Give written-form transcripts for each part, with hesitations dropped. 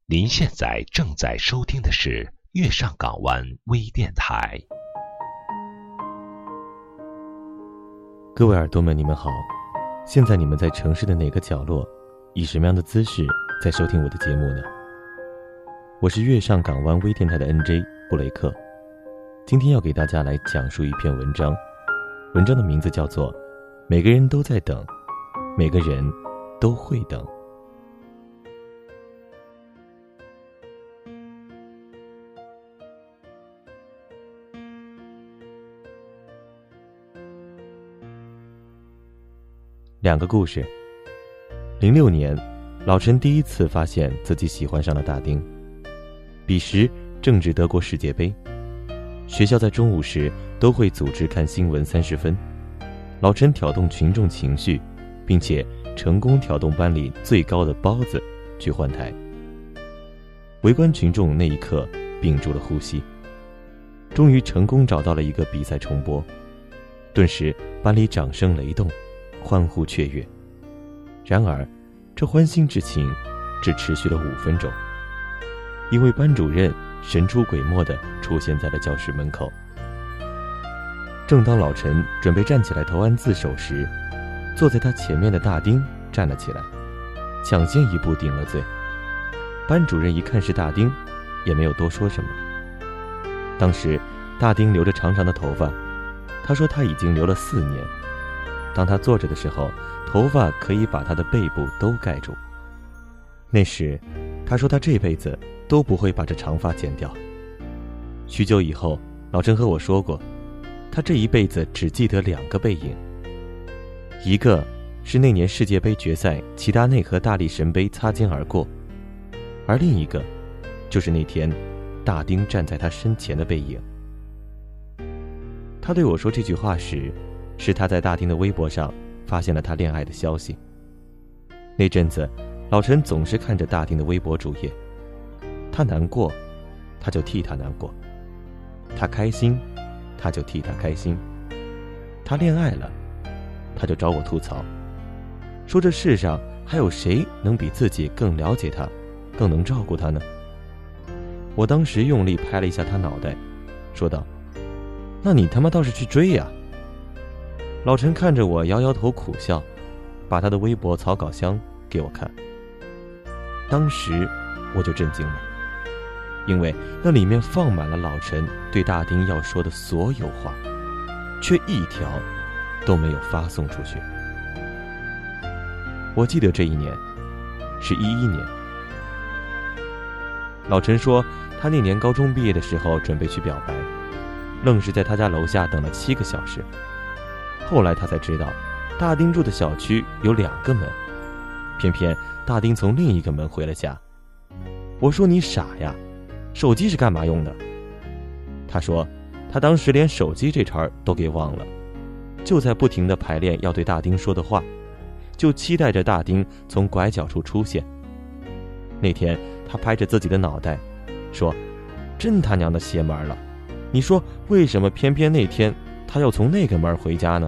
您现在正在收听的是月上港湾微电台。 各位耳朵们，你们好，现在你们在城市的哪个角落，以什么样的姿势在收听我的节目呢？我是月上港湾微电台的 NJ 布雷克，今天要给大家来讲述一篇文章，文章的名字叫做每个人都在等，每个人都会等。两个故事。06年，老陈第一次发现自己喜欢上了大丁。彼时正值德国世界杯，学校在中午时都会组织看新闻30分。老陈挑动群众情绪，并且成功挑动班里最高的包子去换台。围观群众那一刻屏住了呼吸，终于成功找到了一个比赛重播。顿时班里掌声雷动，欢呼雀跃。然而这欢欣之情只持续了5分钟，因为班主任神出鬼没地出现在了教室门口。正当老陈准备站起来投案自首时，坐在他前面的大丁站了起来，抢先一步顶了罪。班主任一看是大丁，也没有多说什么。当时大丁留着长长的头发，他说他已经留了4年。当他坐着的时候，头发可以把他的背部都盖住。那时他说他这辈子都不会把这长发剪掉。许久以后，老陈和我说过，他这一辈子只记得2个背影，一个是那年世界杯决赛齐达内和大力神杯擦肩而过，而另一个就是那天大丁站在他身前的背影。他对我说这句话时，是他在大丁的微博上发现了他恋爱的消息。那阵子老陈总是看着大丁的微博主页，他难过他就替他难过，他开心他就替他开心，他恋爱了他就找我吐槽，说这世上还有谁能比自己更了解他，更能照顾他呢？我当时用力拍了一下他脑袋，说道：那你他妈倒是去追呀！老陈看着我摇摇头苦笑，把他的微博草稿箱给我看。当时我就震惊了，因为那里面放满了老陈对大丁要说的所有话，却一条都没有发送出去。我记得这一年是11年。老陈说他那年高中毕业的时候准备去表白，愣是在他家楼下等了7个小时。后来他才知道，大丁住的小区有2个门，偏偏大丁从另一个门回了家。我说你傻呀，手机是干嘛用的？他说他当时连手机这茬都给忘了，就在不停地排练要对大丁说的话，就期待着大丁从拐角处出现。那天他拍着自己的脑袋说，真他娘的邪门了，你说为什么偏偏那天他要从那个门回家呢？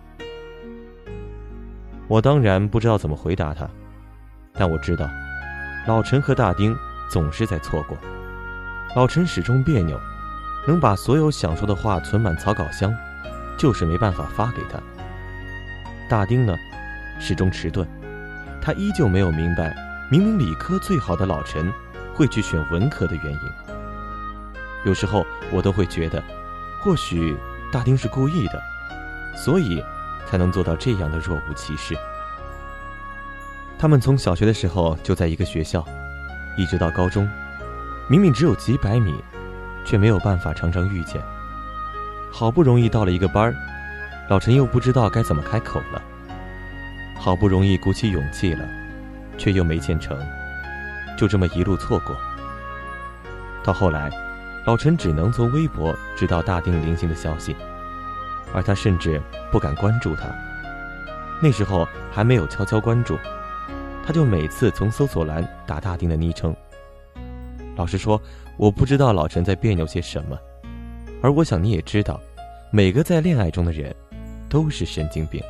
我当然不知道怎么回答他，但我知道老陈和大丁总是在错过。老陈始终别扭，能把所有想说的话存满草稿箱，就是没办法发给他。大丁呢，始终迟钝，他依旧没有明白明明理科最好的老陈会去选文科的原因。有时候我都会觉得，或许大丁是故意的，所以才能做到这样的若无其事。他们从小学的时候就在一个学校，一直到高中，明明只有几百米，却没有办法常常遇见。好不容易到了一个班，老陈又不知道该怎么开口了。好不容易鼓起勇气了，却又没见成，就这么一路错过。到后来，老陈只能从微博知道大丁零星的消息，而他甚至不敢关注他。那时候还没有悄悄关注，他就每次从搜索栏打大丁的昵称。老实说，我不知道老陈在别扭些什么，而我想你也知道，每个在恋爱中的人都是神经病。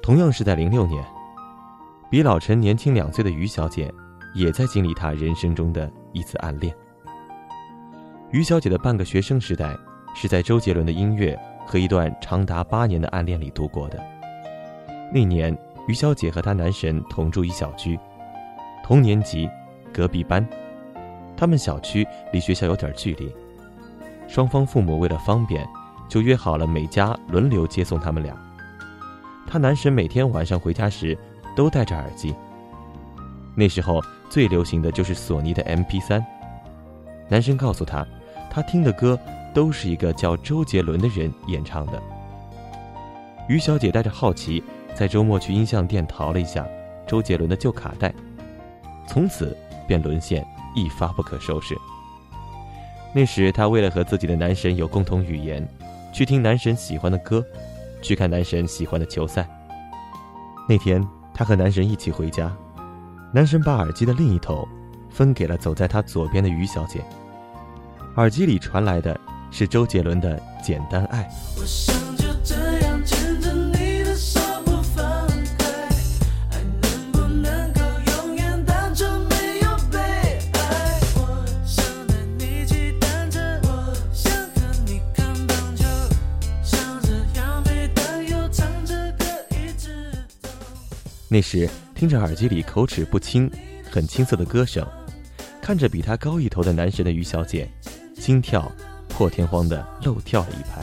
同样是在06年，比老陈年轻2岁的于小姐也在经历她人生中的一次暗恋。于小姐的半个学生时代是在周杰伦的音乐和一段长达8年的暗恋里度过的。那年，于小姐和她男神同住一小区，同年级，隔壁班，他们小区离学校有点距离，双方父母为了方便，就约好了每家轮流接送他们俩。她男神每天晚上回家时都戴着耳机，那时候最流行的就是索尼的 MP3。男神告诉她，他听的歌都是一个叫周杰伦的人演唱的。于小姐带着好奇，在周末去音像店淘了一下周杰伦的旧卡带，从此便沦陷，一发不可收拾。那时她为了和自己的男神有共同语言，去听男神喜欢的歌，去看男神喜欢的球赛。那天她和男神一起回家，男神把耳机的另一头分给了走在他左边的于小姐，耳机里传来的是周杰伦的《简单爱》。 我想就这样牵着你的手不放开，爱能不能够永远单纯没有被爱。我想带你骑单车，我想和你看棒球，像这样没担忧，唱着歌一直走。 那时听着耳机里口齿不清很青涩的歌声，看着比他高一头的男神的于小姐，心跳破天荒地漏跳了一拍。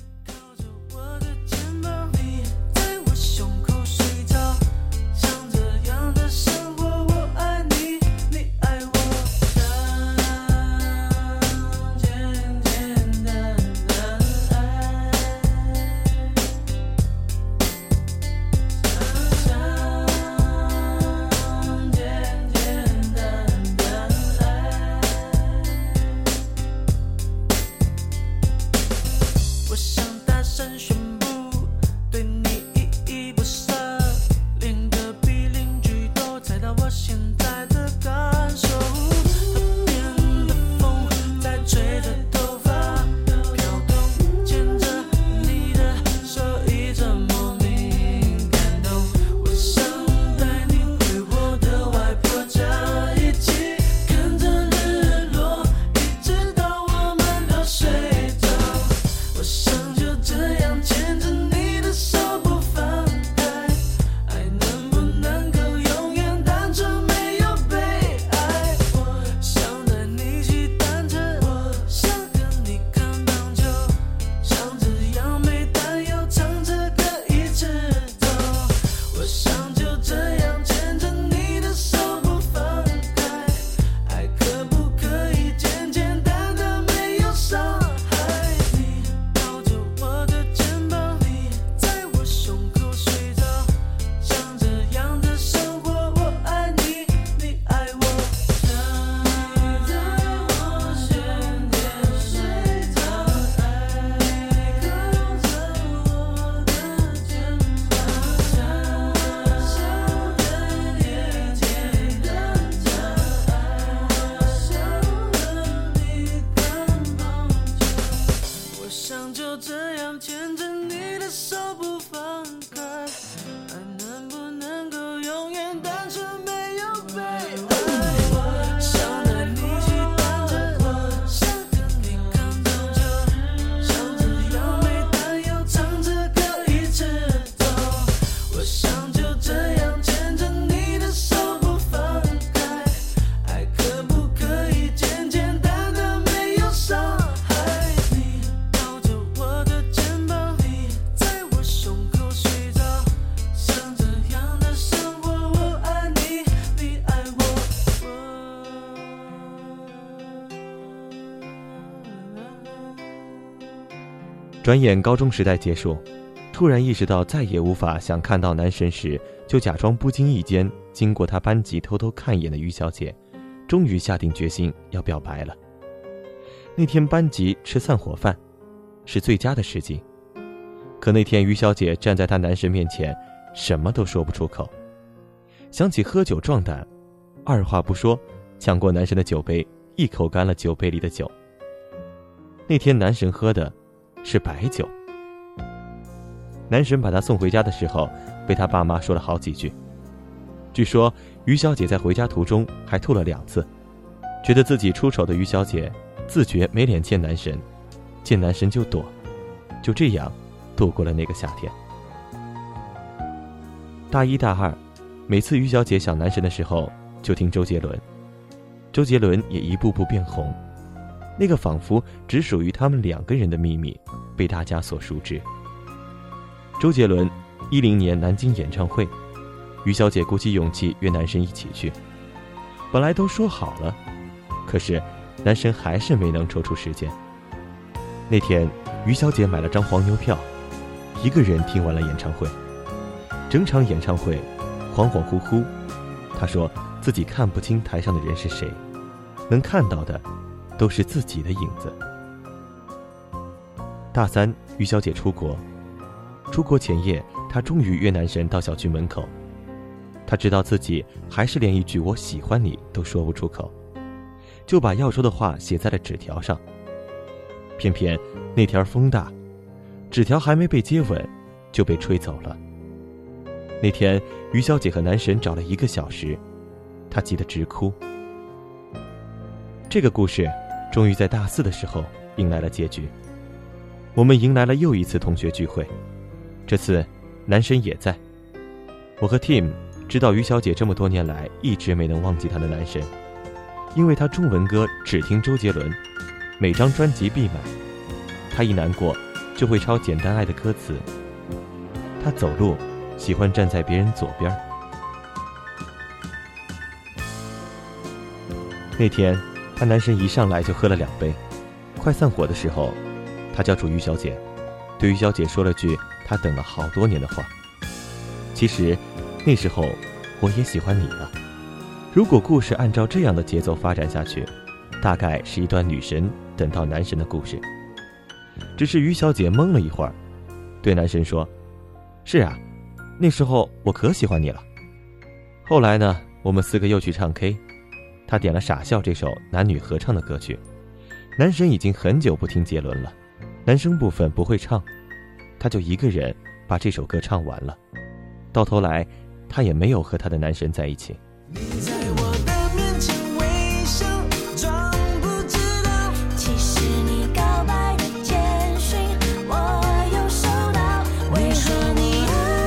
转眼高中时代结束，突然意识到再也无法想看到男神时，就假装不经意间经过他班级偷偷看一眼的于小姐，终于下定决心要表白了。那天班级吃散伙饭，是最佳的时机。可那天于小姐站在她男神面前，什么都说不出口。想起喝酒壮胆，二话不说，抢过男神的酒杯，一口干了酒杯里的酒。那天男神喝的是白酒。男神把她送回家的时候， 被他爸妈说了好几句。据说于小姐在回家途中还吐了2次，觉得自己出丑的于小姐自觉没脸见男神，见男神就躲，就这样度过了那个夏天。大1大2，每次于小姐想男神的时候就听周杰伦，周杰伦也一步步变红，那个仿佛只属于他们2个人的秘密被大家所熟知。周杰伦10年南京演唱会，于小姐鼓起勇气约男神一起去，本来都说好了，可是男神还是没能抽出时间。那天于小姐买了张黄牛票，一个人听完了演唱会。整场演唱会恍恍惚惚，她说自己看不清台上的人是谁，能看到的都是自己的影子。大3，于小姐出国前夜，她终于约男神到小区门口。她知道自己还是连一句我喜欢你都说不出口，就把要说的话写在了纸条上。偏偏那天风大，纸条还没被接吻就被吹走了。那天于小姐和男神找了1个小时，她急得直哭。这个故事终于在大4的时候迎来了结局。我们迎来了又一次同学聚会，这次男神也在。我和 Tim 知道于小姐这么多年来一直没能忘记她的男神，因为她中文歌只听周杰伦，每张专辑必买。她一难过就会抄《简单爱》的歌词。她走路喜欢站在别人左边。那天她男神一上来就喝了2杯，快散伙的时候，他叫住于小姐，对于小姐说了句他等了好多年的话。其实那时候我也喜欢你了。如果故事按照这样的节奏发展下去，大概是一段女神等到男神的故事。只是于小姐懵了一会儿，对男神说：是啊，那时候我可喜欢你了。后来呢，我们4个又去唱 K， 他点了《傻笑》这首男女合唱的歌曲。男神已经很久不听杰伦了，男生部分不会唱，他就一个人把这首歌唱完了。到头来他也没有和他的男神在一起。 你在我的面前微笑，装不知道，其实你告白的简讯我有收到，为何你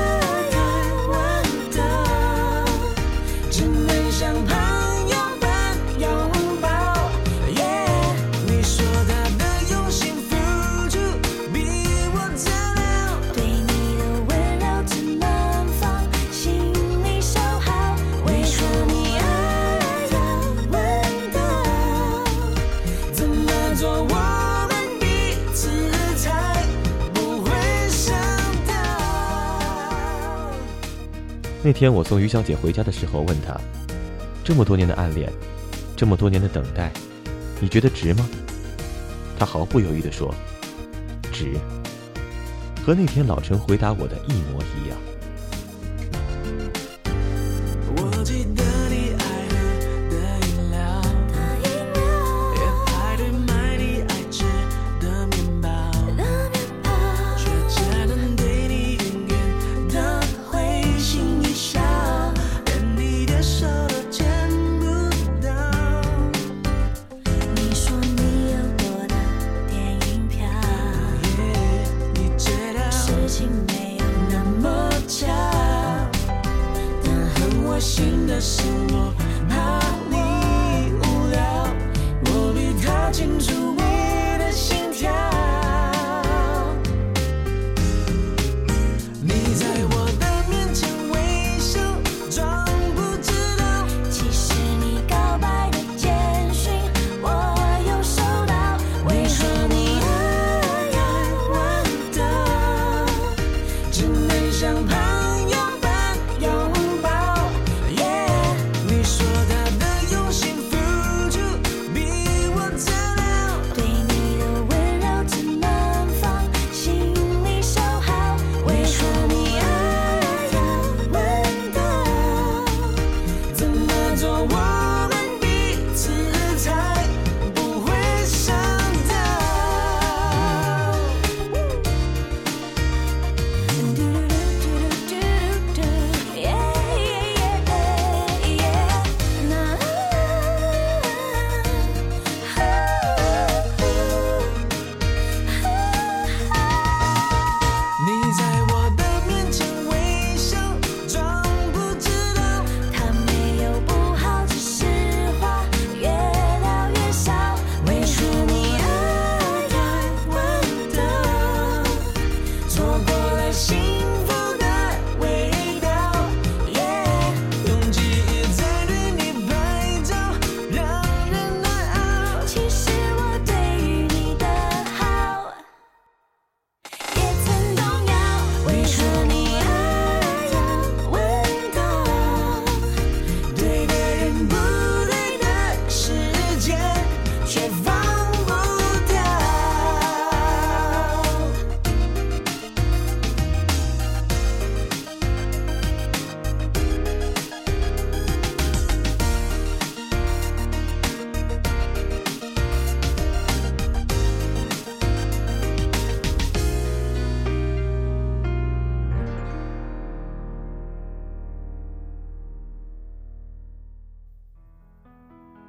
问的只能像朋友般拥抱，你说他的用心付出比我早料，对你的温柔只能放心里收好，为何你要问的怎么做我们彼此才不会想到。 那天我送于小姐回家的时候问她，这么多年的暗恋，这么多年的等待，你觉得值吗？她毫不犹豫地说值，和那天老陈回答我的一模一样。 我记得你爱喝的饮料，也排队买你爱吃的面包，却只能对你远远的会心一笑，连你的手都牵不到。你说你有多的电影票，你知道事情没有那么巧，但恨我心的是我怕你无聊，我比他清楚你的心跳。你在我的面前微笑，装不知道，其实你告白的简讯我有收到，为何你问的只能像朋友般拥抱，你说他的用心付出比我早料，对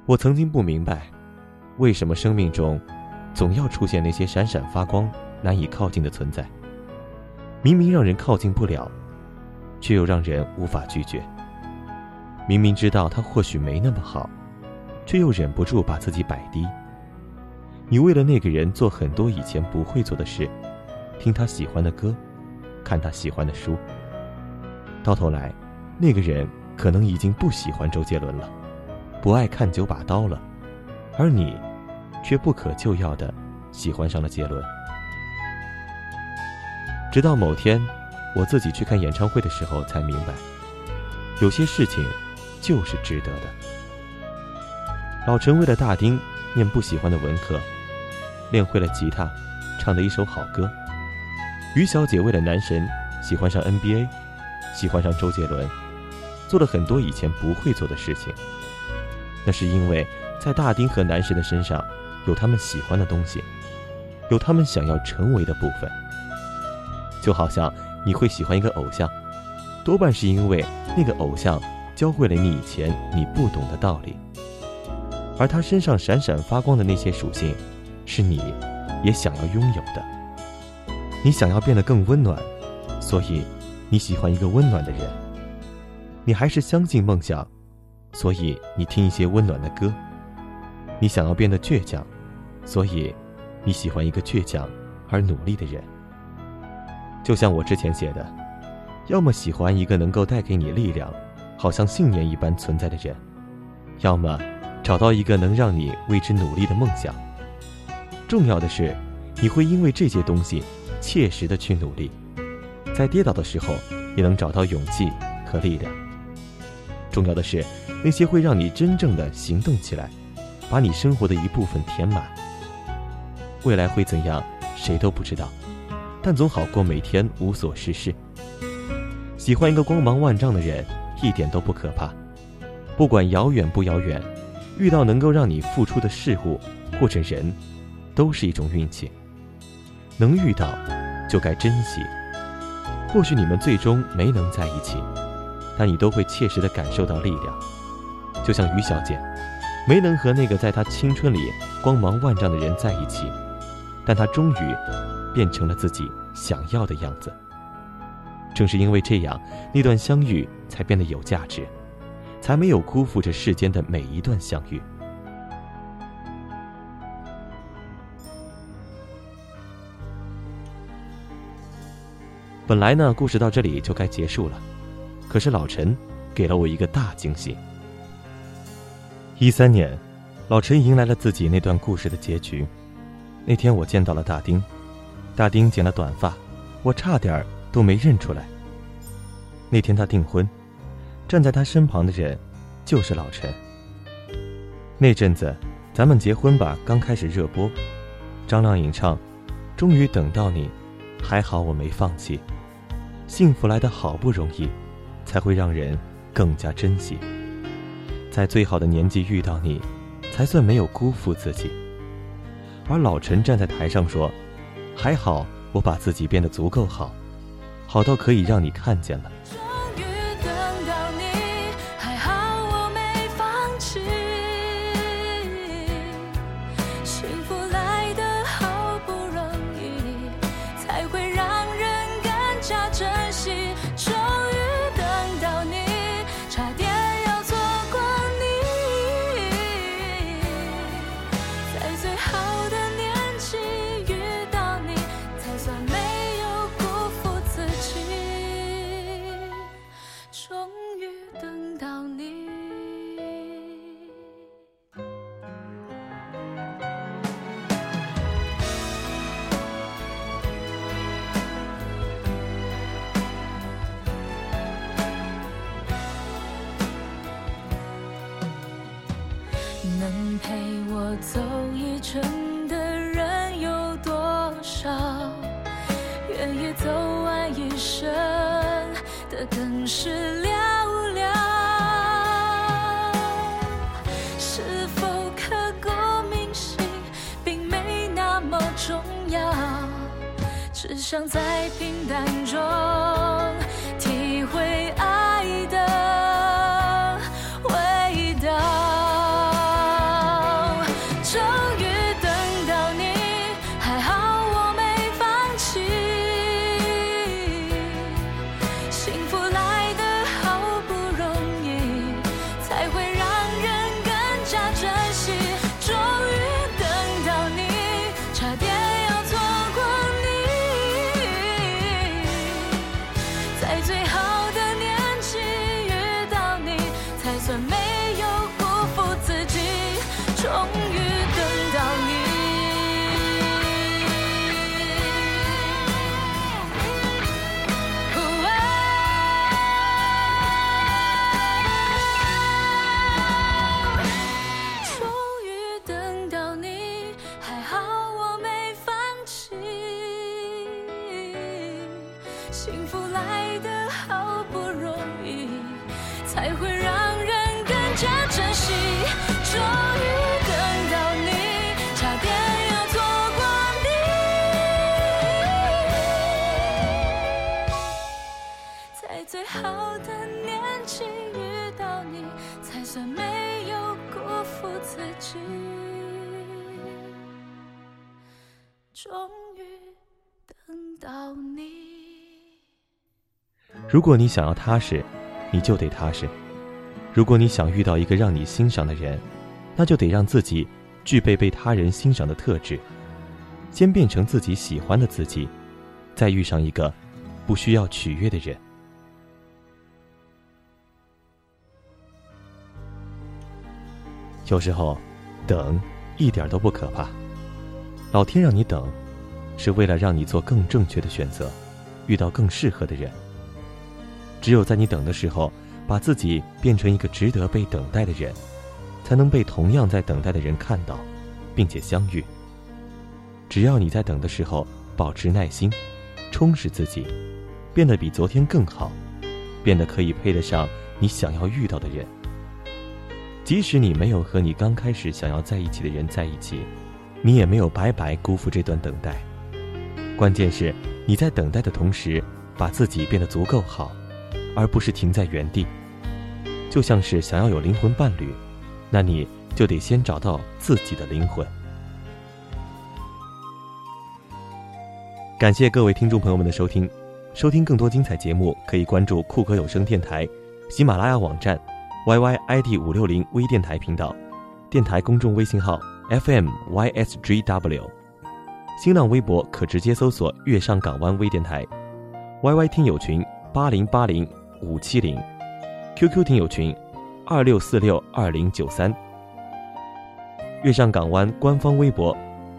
我曾经不明白，为什么生命中总要出现那些闪闪发光、难以靠近的存在。明明让人靠近不了，却又让人无法拒绝。明明知道他或许没那么好，却又忍不住把自己摆低。你为了那个人做很多以前不会做的事，听他喜欢的歌，看他喜欢的书。到头来，那个人可能已经不喜欢周杰伦了，不爱看9把刀了，而你却不可救药地喜欢上了杰伦。直到某天，我自己去看演唱会的时候才明白，有些事情就是值得的。老陈为了大丁念不喜欢的文科，练会了吉他，唱的一首好歌。于小姐为了男神喜欢上 NBA， 喜欢上周杰伦，做了很多以前不会做的事情。那是因为在大丁和男神的身上有他们喜欢的东西，有他们想要成为的部分。就好像你会喜欢一个偶像，多半是因为那个偶像教会了你以前你不懂的道理，而他身上闪闪发光的那些属性，是你也想要拥有的。你想要变得更温暖，所以你喜欢一个温暖的人。你还是相信梦想，所以你听一些温暖的歌。你想要变得倔强，所以你喜欢一个倔强而努力的人。就像我之前写的，要么喜欢一个能够带给你力量，好像信念一般存在的人，要么找到一个能让你为之努力的梦想。重要的是，你会因为这些东西切实的去努力，在跌倒的时候也能找到勇气和力量。重要的是，那些会让你真正的行动起来，把你生活的一部分填满。未来会怎样，谁都不知道，但总好过每天无所事事。喜欢一个光芒万丈的人一点都不可怕，不管遥远不遥远，遇到能够让你付出的事物或者人，都是一种运气。能遇到就该珍惜。或许你们最终没能在一起，但你都会切实地感受到力量。就像于小姐没能和那个在她青春里光芒万丈的人在一起，但她终于变成了自己想要的样子。正是因为这样，那段相遇才变得有价值，才没有辜负这世间的每一段相遇。本来呢，故事到这里就该结束了，可是老陈给了我一个大惊喜。13年，老陈迎来了自己那段故事的结局。那天我见到了大丁，大丁剪了短发，我差点都没认出来。那天他订婚，站在他身旁的人就是老陈。那阵子咱们结婚吧刚开始热播，张靓颖唱终于等到你，还好我没放弃，幸福来得好不容易，才会让人更加珍惜。在最好的年纪遇到你，才算没有辜负自己。而老陈站在台上说，还好我把自己变得足够好，好到可以让你看见了。 终于等到你，还好我没放弃，幸福来得好不容易，才会让人更加珍惜。终于等到你，差点要错过你，在最好的年纪遇到你，才算没有辜负自己。终于等到你。能陪我走一程的人有多少？愿意走完一生的更是寥寥。是否刻骨铭心，并没那么重要，只想在平淡中体会爱的味道。 终于等到你。终于等到你，还好我没放弃。幸福来得好不容易，才会让人更加珍惜。终于等到你，差点要错过你。在最好的年纪遇到你，才算没有辜负自己。终于等到你。 如果你想要踏实，你就得踏实；如果你想遇到一个让你欣赏的人，那就得让自己具备被他人欣赏的特质，先变成自己喜欢的自己，再遇上一个不需要取悦的人。有时候等一点都不可怕，老天让你等，是为了让你做更正确的选择，遇到更适合的人。只有在你等的时候，把自己变成一个值得被等待的人，才能被同样在等待的人看到，并且相遇。只要你在等的时候保持耐心，充实自己，变得比昨天更好，变得可以配得上你想要遇到的人。即使你没有和你刚开始想要在一起的人在一起，你也没有白白辜负这段等待。关键是你在等待的同时，把自己变得足够好，而不是停在原地。就像是想要有灵魂伴侣，那你就得先找到自己的灵魂。感谢各位听众朋友们的收听，收听更多精彩节目可以关注酷哥有声电台、喜马拉雅网站、YYID560 微电台频道、电台公众微信号 FMYSGW， 新浪微博可直接搜索月上港湾微电台， YY 听友群8080-570， QQ 听友群26462093，月上港湾官方微博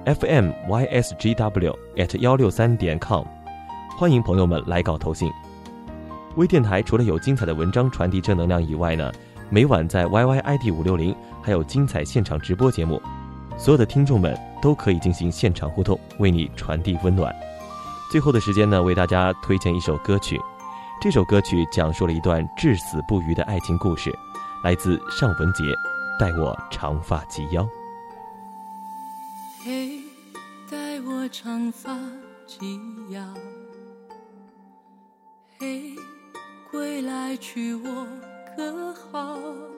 FMYSGW@163.com， 欢迎朋友们来稿投信。微电台除了有精彩的文章传递正能量以外呢，每晚在 YYID560 还有精彩现场直播节目，所有的听众们都可以进行现场互动，为你传递温暖。最后的时间呢，为大家推荐一首歌曲，这首歌曲讲述了一段至死不渝的爱情故事，来自尚雯婕，待我长发及腰。 嘿，待我长发及腰，嘿，归来娶我可好？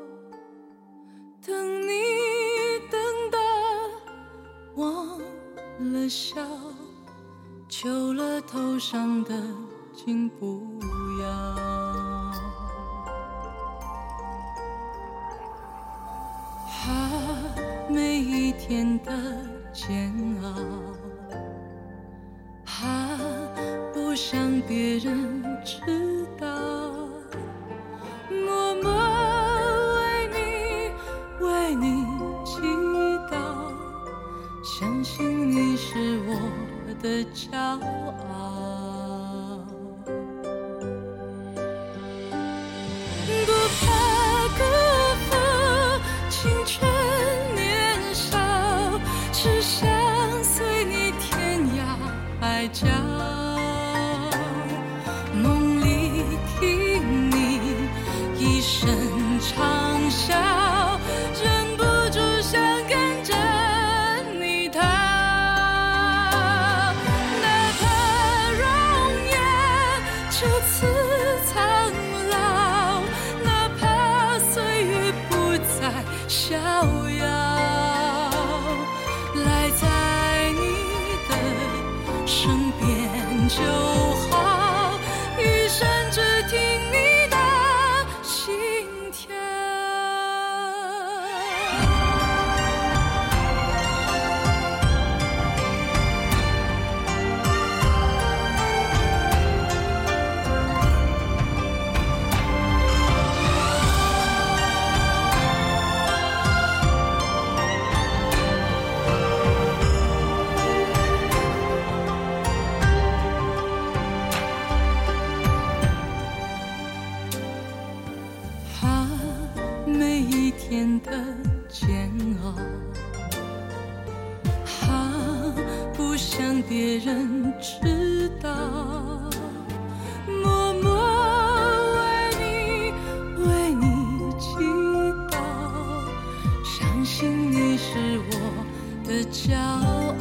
等你等到忘了笑，求了头上的金不要。每一天的煎熬，不想别人知道，默默为你祈祷，相信你是我的骄傲。不怕辜负青春年少，只想随你天涯海角，梦里听你一声长啸，忍不住想跟着你逃。哪怕容颜就此苍老，哪怕岁月不再逍遥，赖在你的身边就好，余生只听你的心跳。 道，默默为你祈祷，相信你是我的骄傲。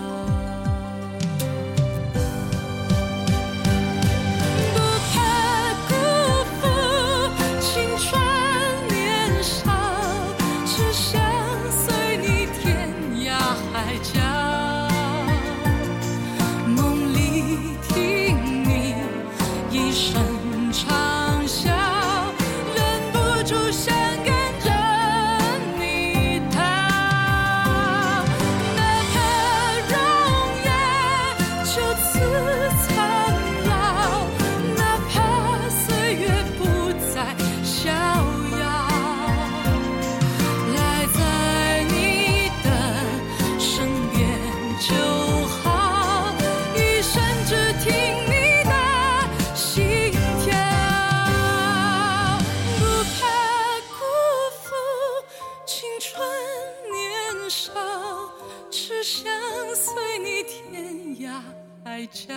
海角，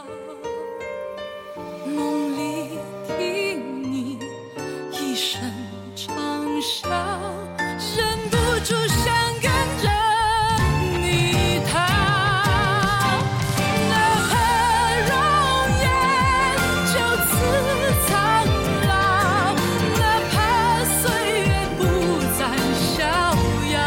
梦里听你一声长啸，忍不住想跟着你逃。哪怕容颜就此苍老，哪怕岁月不再逍遥，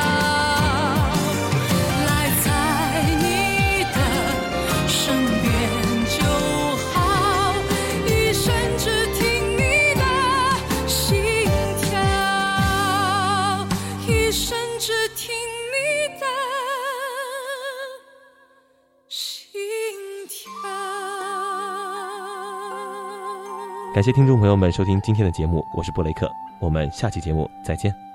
赖在你的身边就好，一生只听你的心跳，一生只听你的心跳。 感谢听众朋友们收听今天的节目，我是布雷克，我们下期节目再见。